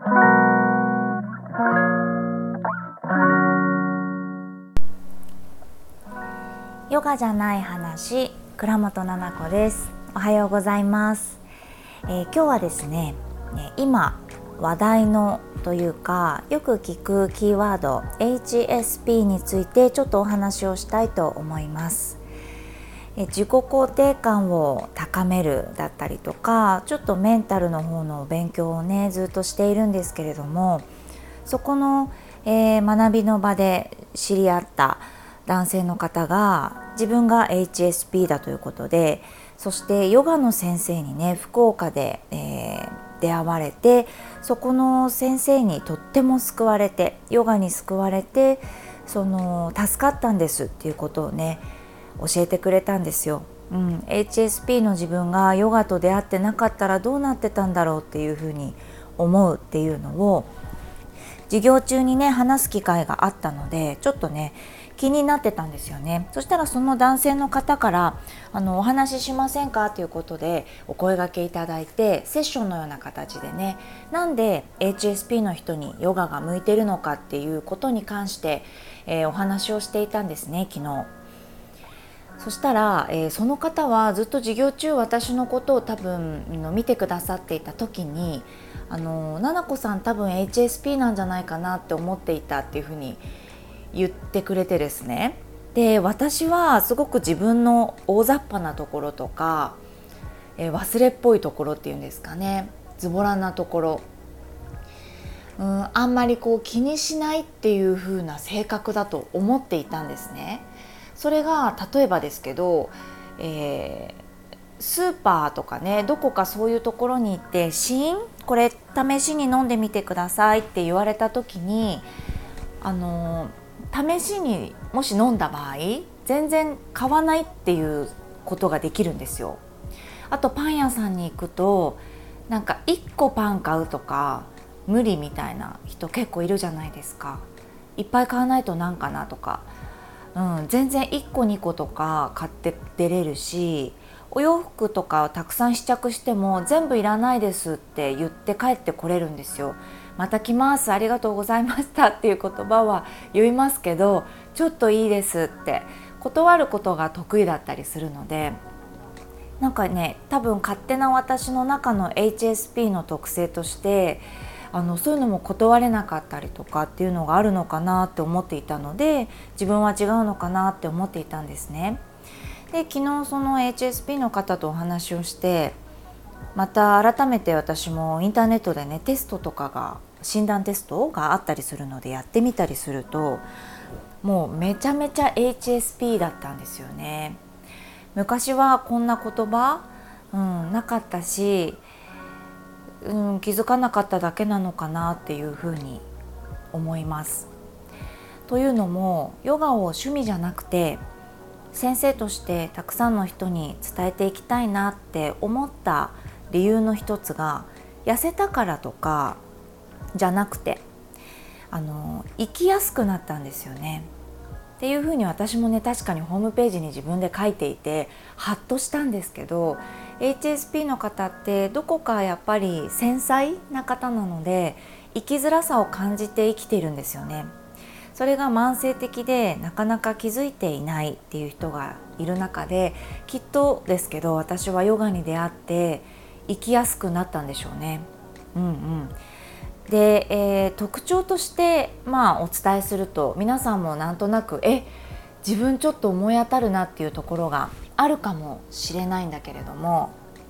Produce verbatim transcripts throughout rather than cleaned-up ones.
ヨガじゃない話、倉本々子です。おはようございます。えー、今日はですね、今話題のというかよく聞くキーワード エイチエスピー についてちょっとお話をしたいと思います。え自己肯定感を高めるだったりとか、ちょっとメンタルの方の勉強をねずっとしているんですけれども、そこの、えー、学びの場で知り合った男性の方が自分が エイチエスピー だということで、そしてヨガの先生にね福岡で、えー、出会われて、そこの先生にとっても救われて、ヨガに救われて、その助かったんですっていうことをね教えてくれたんですよ。うん、エイチエスピー の自分がヨガと出会ってなかったらどうなってたんだろうっていうふうに思うっていうのを授業中にね話す機会があったので、ちょっとね気になってたんですよね。そしたらその男性の方からあのお話ししませんかということでお声掛けいただいて、セッションのような形でね、なんで エイチエスピー の人にヨガが向いてるのかっていうことに関して、えー、お話をしていたんですね、昨日。そしたら、えー、その方はずっと授業中私のことを多分見てくださっていた時に、あのななこさん多分 エイチエスピー なんじゃないかなって思っていたっていうふうに言ってくれてですね。で、私はすごく自分の大雑把なところとか、えー、忘れっぽいところっていうんですかね、ズボラなところ、うん、あんまりこう気にしないっていう風な性格だと思っていたんですね。それが例えばですけど、えースーパーとかね、どこかそういうところに行って試飲、これ試しに飲んでみてくださいって言われた時に、あの試しにもし飲んだ場合全然買わないっていうことができるんですよ。あとパン屋さんに行くと、なんかいっこパン買うとか無理みたいな人結構いるじゃないですか。いっぱい買わないとなんかなとか、うん、全然いっこにことか買って出れるし、お洋服とかをたくさん試着しても全部いらないですって言って帰ってこれるんですよ。また来ます、ありがとうございましたっていう言葉は言いますけど、ちょっといいですって断ることが得意だったりするので、なんかね、多分勝手な私の中の エイチエスピー の特性としてあのそういうのも断れなかったりとかっていうのがあるのかなって思っていたので、自分は違うのかなって思っていたんですね。で、昨日その エイチエスピー の方とお話をして、また改めて私もインターネットでねテストとかが、診断テストがあったりするのでやってみたりすると、もうめちゃめちゃ エイチエスピー だったんですよね。昔はこんな言葉、うん、なかったし、うん、気づかなかっただけなのかなっていうふうに思います。というのも、ヨガを趣味じゃなくて先生としてたくさんの人に伝えていきたいなって思った理由の一つが、痩せたからとかじゃなくて、あの生きやすくなったんですよねっていうふうに私もね確かにホームページに自分で書いていてハッとしたんですけど、 エイチエスピー の方ってどこかやっぱり繊細な方なので、生きづらさを感じて生きているんですよね。それが慢性的でなかなか気づいていないっていう人がいる中で、きっとですけど私はヨガに出会って生きやすくなったんでしょうね。うんうん。で、えー、特徴として、まあ、お伝えすると、皆さんもなんとなくえ自分ちょっと思い当たるなっていうところがあるかもしれないんだけれども、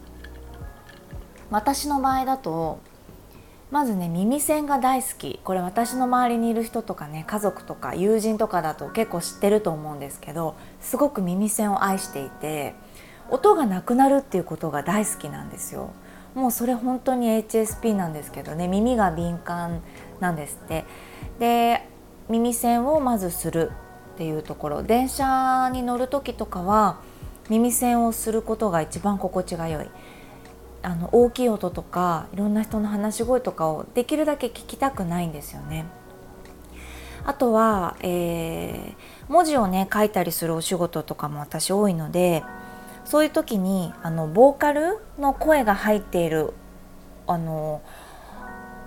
私の場合だとまずね、耳栓が大好き。これ私の周りにいる人とかね、家族とか友人とかだと結構知ってると思うんですけど、すごく耳栓を愛していて、音がなくなるっていうことが大好きなんですよ。もうそれ本当に エイチエスピー なんですけどね、耳が敏感なんですって。で、耳栓をまずするっていうところ、電車に乗る時とかは耳栓をすることが一番心地が良い。あの大きい音とかいろんな人の話し声とかをできるだけ聞きたくないんですよね。あとは、えー、文字をね書いたりするお仕事とかも私多いので、そういう時にあのボーカルの声が入っているあの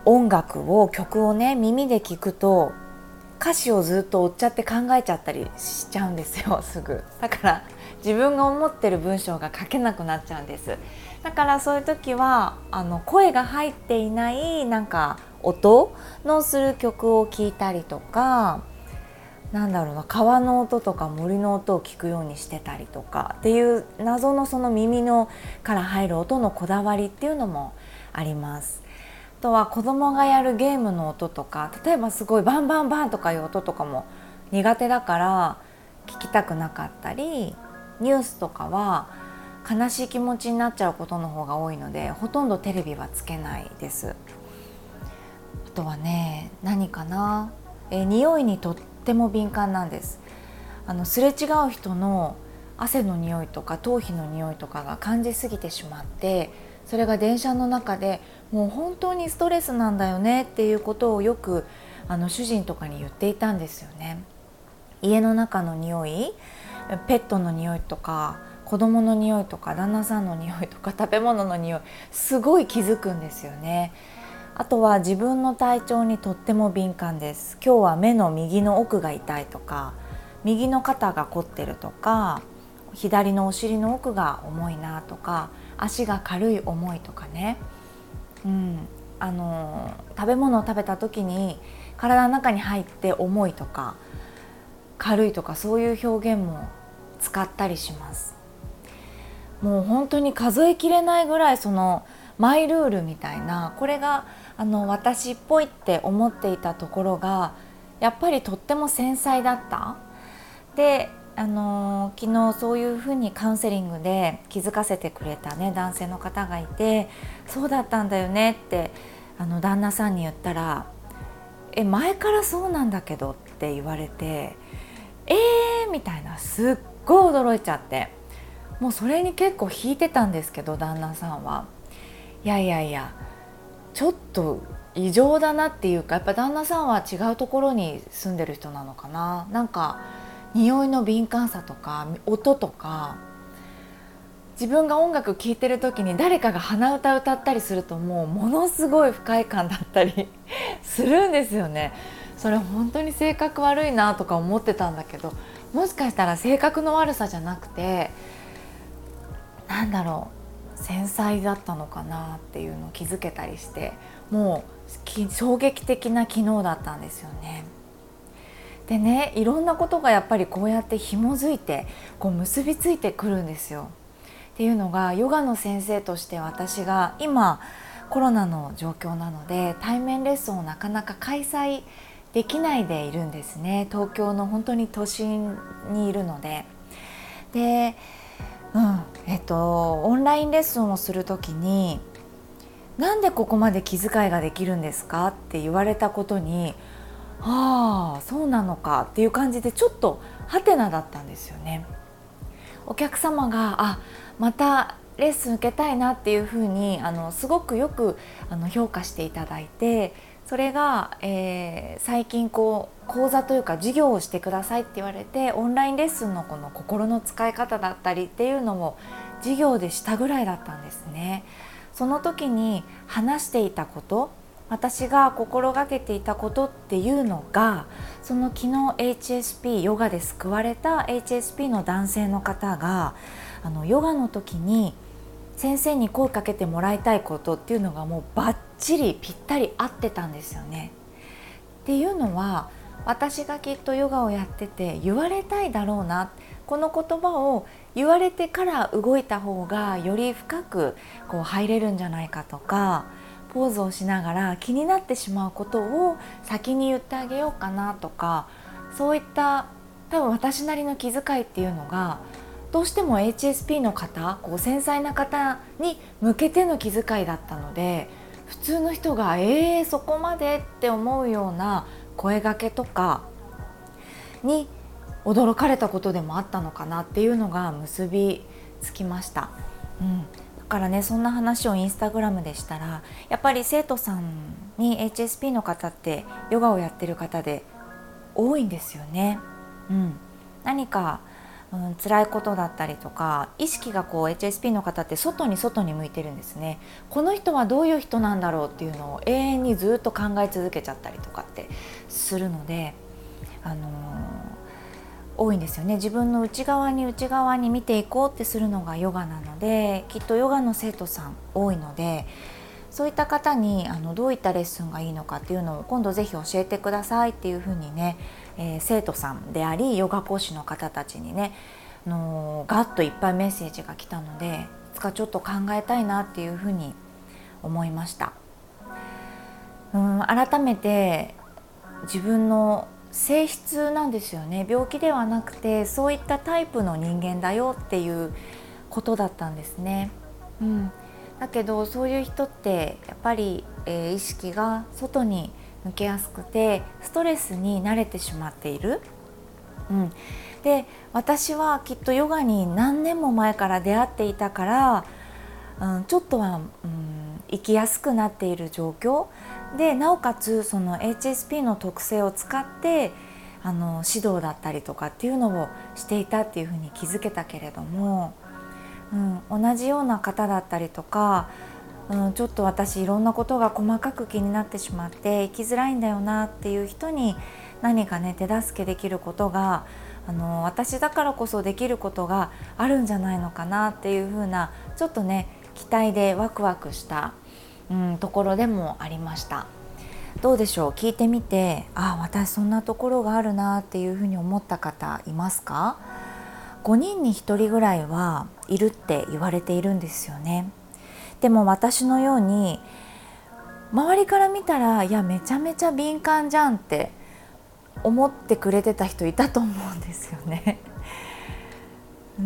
音楽を曲をね耳で聞くと歌詞をずっと追っちゃって考えちゃったりしちゃうんですよ。すぐだから自分が思ってる文章が書けなくなっちゃうんです。だからそういう時はあの声が入っていないなんか音のする曲を聴いたりとか、なんだろうな、川の音とか森の音を聞くようにしてたりとかっていう謎のその耳のから入る音のこだわりっていうのもあります。あとは子供がやるゲームの音とか、例えばすごいバンバンバンとかいう音とかも苦手だから聞きたくなかったり、ニュースとかは悲しい気持ちになっちゃうことの方が多いのでほとんどテレビはつけないです。あとはね、何かな、え匂いにとっても敏感なんです。あのすれ違う人の汗の匂いとか頭皮の匂いとかが感じすぎてしまって、それが電車の中でもう本当にストレスなんだよねっていうことをよくあの主人とかに言っていたんですよね。家の中の匂い、ペットの匂いとか子供の匂いとか旦那さんの匂いとか食べ物の匂い、すごい気づくんですよね。あとは自分の体調にとっても敏感です。今日は目の右の奥が痛いとか、右の肩が凝ってるとか、左のお尻の奥が重いなとか、足が軽い重いとかね、うん、あの食べ物を食べた時に体の中に入って重いとか軽いとか、そういう表現も使ったりします。もう本当に数えきれないぐらいそのマイルールみたいな、これがあの私っぽいって思っていたところがやっぱりとっても繊細だった。で、あの昨日そういうふうにカウンセリングで気づかせてくれたね男性の方がいて、そうだったんだよねってあの旦那さんに言ったら、え前からそうなんだけどって言われて、えーみたいな、すっごい驚いちゃって、もうそれに結構引いてたんですけど、旦那さんはいやいやいやちょっと異常だなっていうか、やっぱ旦那さんは違うところに住んでる人なのかな。なんか匂いの敏感さとか音とか、自分が音楽聴いてる時に誰かが鼻歌歌ったりするともうものすごい不快感だったりするんですよね。それ本当に性格悪いなとか思ってたんだけど、もしかしたら性格の悪さじゃなくて、なんだろう、繊細だったのかなっていうのを気づけたりして、もう衝撃的な昨日だったんですよね。でね、いろんなことがやっぱりこうやって紐づいてこう結びついてくるんですよ。っていうのが、ヨガの先生として私が今コロナの状況なので対面レッスンをなかなか開催できないでいるんですね。東京の本当に都心にいるので。で、うんえっと、オンラインレッスンをするときに、なんでここまで気遣いができるんですかって言われたことに、ああそうなのかっていう感じでちょっとハテナだったんですよね。お客様があまたレッスン受けたいなっていうふうにあのすごくよくあの評価していただいて、それが、えー、最近こう講座というか授業をしてくださいって言われて、オンラインレッスンのこの心の使い方だったりっていうのを授業でしたぐらいだったんですね。その時に話していたこと、私が心がけていたことっていうのが、その昨日 エイチエスピー ヨガで救われた エイチエスピー の男性の方があのヨガの時に先生に声かけてもらいたいことっていうのがもうバッチリぴったり合ってたんですよね。っていうのは、私がきっとヨガをやってて言われたいだろうな、この言葉を言われてから動いた方がより深くこう入れるんじゃないかとか、ポーズをしながら気になってしまうことを先に言ってあげようかなとか、そういった多分私なりの気遣いっていうのがどうしても エイチエスピー の方、こう繊細な方に向けての気遣いだったので、普通の人がえーそこまでって思うような声掛けとかに驚かれたことでもあったのかなっていうのが結びつきました。うんだからね、そんな話をインスタグラムでしたら、やっぱり生徒さんに エイチエスピー の方ってヨガをやってる方で多いんですよね。うん、何かうん、辛いことだったりとか、意識がこう エイチエスピー の方って外に外に向いてるんですね。この人はどういう人なんだろうっていうのを永遠にずっと考え続けちゃったりとかってするので、あのー、多いんですよね。自分の内側に内側に見ていこうってするのがヨガなので、きっとヨガの生徒さん多いので、そういった方にあのどういったレッスンがいいのかっていうのを今度ぜひ教えてくださいっていうふうにね、えー、生徒さんでありヨガ講師の方たちにね、あのー、ガッといっぱいメッセージが来たので、いつかちょっと考えたいなっていうふうに思いました。うん、改めて自分の性質なんですよね。病気ではなくてそういったタイプの人間だよっていうことだったんですね。うん、だけどそういう人ってやっぱり、えー、意識が外に抜けやすくてストレスに慣れてしまっている。うん、で私はきっとヨガに何年も前から出会っていたから、うん、ちょっとは、うん、生きやすくなっている状況で、なおかつその エイチエスピー の特性を使ってあの指導だったりとかっていうのをしていたっていうふうに気づけたけれども、うん、同じような方だったりとか、うん、ちょっと私いろんなことが細かく気になってしまって生きづらいんだよなっていう人に何かね手助けできることが、あの私だからこそできることがあるんじゃないのかなっていう風な、ちょっとね期待でワクワクした、うん、ところでもありました。どうでしょう、聞いてみて、あ、私そんなところがあるなっていう風に思った方いますか？ごにんにひとりぐらいはいるって言われているんですよね。でも私のように周りから見たら、いやめちゃめちゃ敏感じゃんって思ってくれてた人いたと思うんですよね。うん、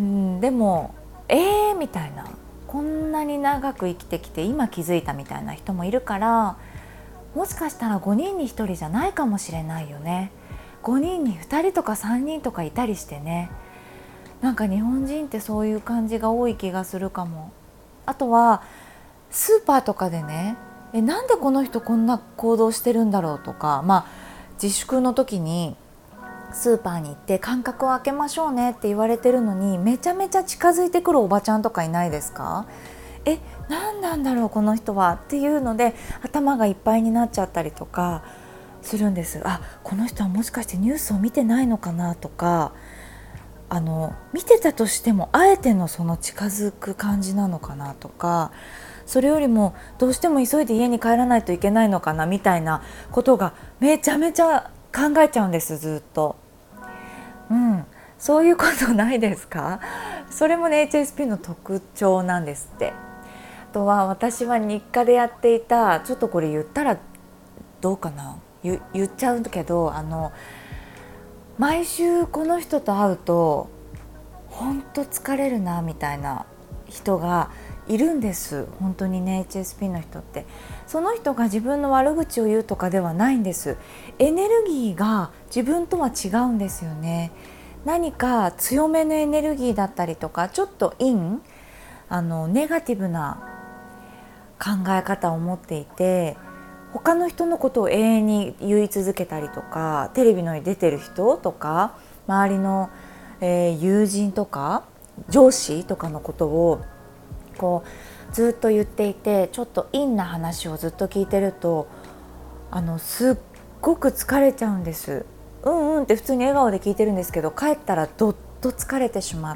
でもえーみたいな、こんなに長く生きてきて今気づいたみたいな人もいるから、もしかしたらごにんにひとりじゃないかもしれないよね。ごにんにふたりとかさんにんとかいたりしてね。なんか日本人ってそういう感じが多い気がするかも。あとはスーパーとかでね、えなんでこの人こんな行動してるんだろうとか、まあ自粛の時にスーパーに行って間隔を空けましょうねって言われてるのに、めちゃめちゃ近づいてくるおばちゃんとかいないですか？え、何なんだろうこの人はっていうので頭がいっぱいになっちゃったりとかするんです。あ、この人はもしかしてニュースを見てないのかなとか、あの見てたとしてもあえてのその近づく感じなのかなとか、それよりもどうしても急いで家に帰らないといけないのかなみたいなことがめちゃめちゃ考えちゃうんです、ずっと。うん、そういうことないですか？それもね エイチエスピー の特徴なんですって。あとは私は日課でやっていた、ちょっとこれ言ったらどうかな、 言, 言っちゃうけど、あの毎週この人と会うと本当疲れるなみたいな人がいるんです。本当にね エイチエスピー の人って、その人が自分の悪口を言うとかではないんです。エネルギーが自分とは違うんですよね。何か強めのエネルギーだったりとか、ちょっと陰、あのネガティブな考え方を持っていて、他の人のことを永遠に言い続けたりとか、テレビのに出てる人とか周りの、えー、友人とか上司とかのことをこうずっと言っていて、ちょっと陰な話をずっと聞いてると、あのすっごく疲れちゃうんです。うんうんって普通に笑顔で聞いてるんですけど、帰ったらどっと疲れてしまって、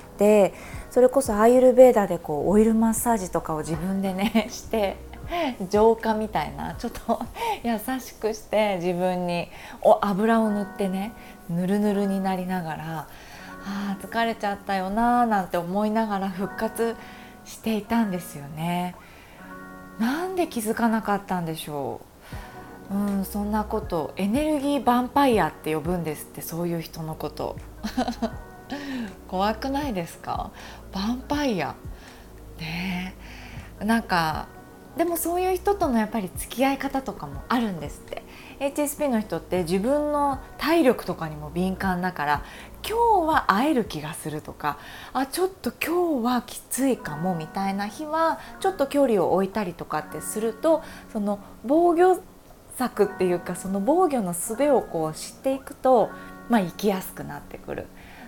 それこそアーユルヴェーダでこうオイルマッサージとかを自分でねして浄化みたいな、ちょっと優しくして自分にお油を塗ってね、ぬるぬるになりながら、あー疲れちゃったよななんて思いながら復活していたんですよね。なんで気づかなかったんでしょう。うん、そんなことエネルギーヴァンパイアって呼ぶんですって、そういう人のこと怖くないですか？ヴァンパイアねえ、なんかでもそういう人とのやっぱり付き合い方とかもあるんですって。 エイチエスピー の人って自分の体力とかにも敏感だから、今日は会える気がするとか、あちょっと今日はきついかもみたいな日はちょっと距離を置いたりとかってすると、その防御策っていうか、その防御の術をこう知っていくと、まあ、生きやすくなってくる。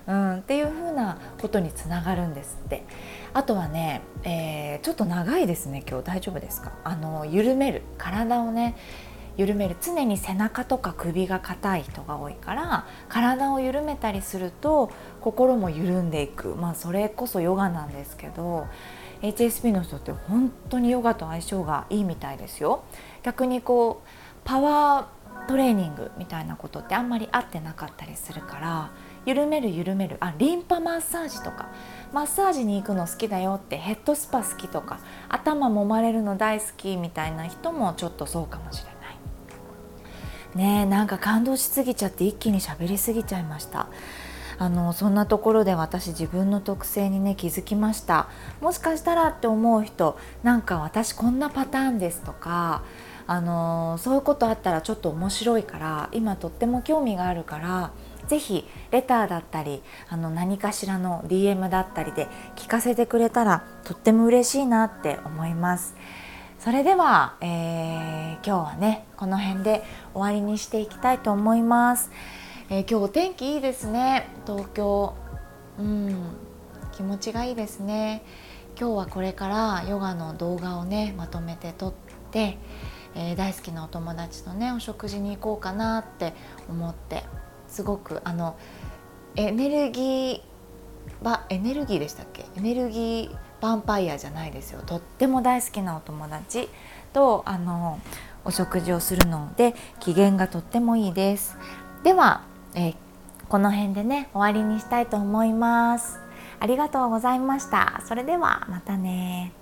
うん、っていう風なことにつながるんですって。あとはね、えー、ちょっと長いですね今日。大丈夫ですか？あの緩める、体をね緩める。常に背中とか首が硬い人が多いから、体を緩めたりすると心も緩んでいく。まあそれこそヨガなんですけど、 エイチエスピー の人って本当にヨガと相性がいいみたいですよ。逆にこうパワートレーニングみたいなことってあんまり合ってなかったりするから、緩める緩める。あ、リンパマッサージとか、マッサージに行くの好きだよって、ヘッドスパ好きとか、頭揉まれるの大好きみたいな人もちょっとそうかもしれないね。え、なんか感動しすぎちゃって一気に喋りすぎちゃいました。あのそんなところで私自分の特性にね気づきました。もしかしたらって思う人、なんか私こんなパターンですとか、あのそういうことあったらちょっと面白いから、今とっても興味があるから、ぜひレターだったり、あの何かしらの ディーエム だったりで聞かせてくれたらとっても嬉しいなって思います。それでは、えー、今日はねこの辺で終わりにしていきたいと思います。えー、今日お天気いいですね、東京。うん、気持ちがいいですね。今日はこれからヨガの動画をねまとめて撮って、えー、大好きなお友達とねお食事に行こうかなって思って、すごくあのエネルギーバエネルギーでしたっけエネルギーヴァンパイアじゃないですよ。とっても大好きなお友達とあのお食事をするので機嫌がとってもいいです。では、えー、この辺でね終わりにしたいと思います。ありがとうございました。それではまたね。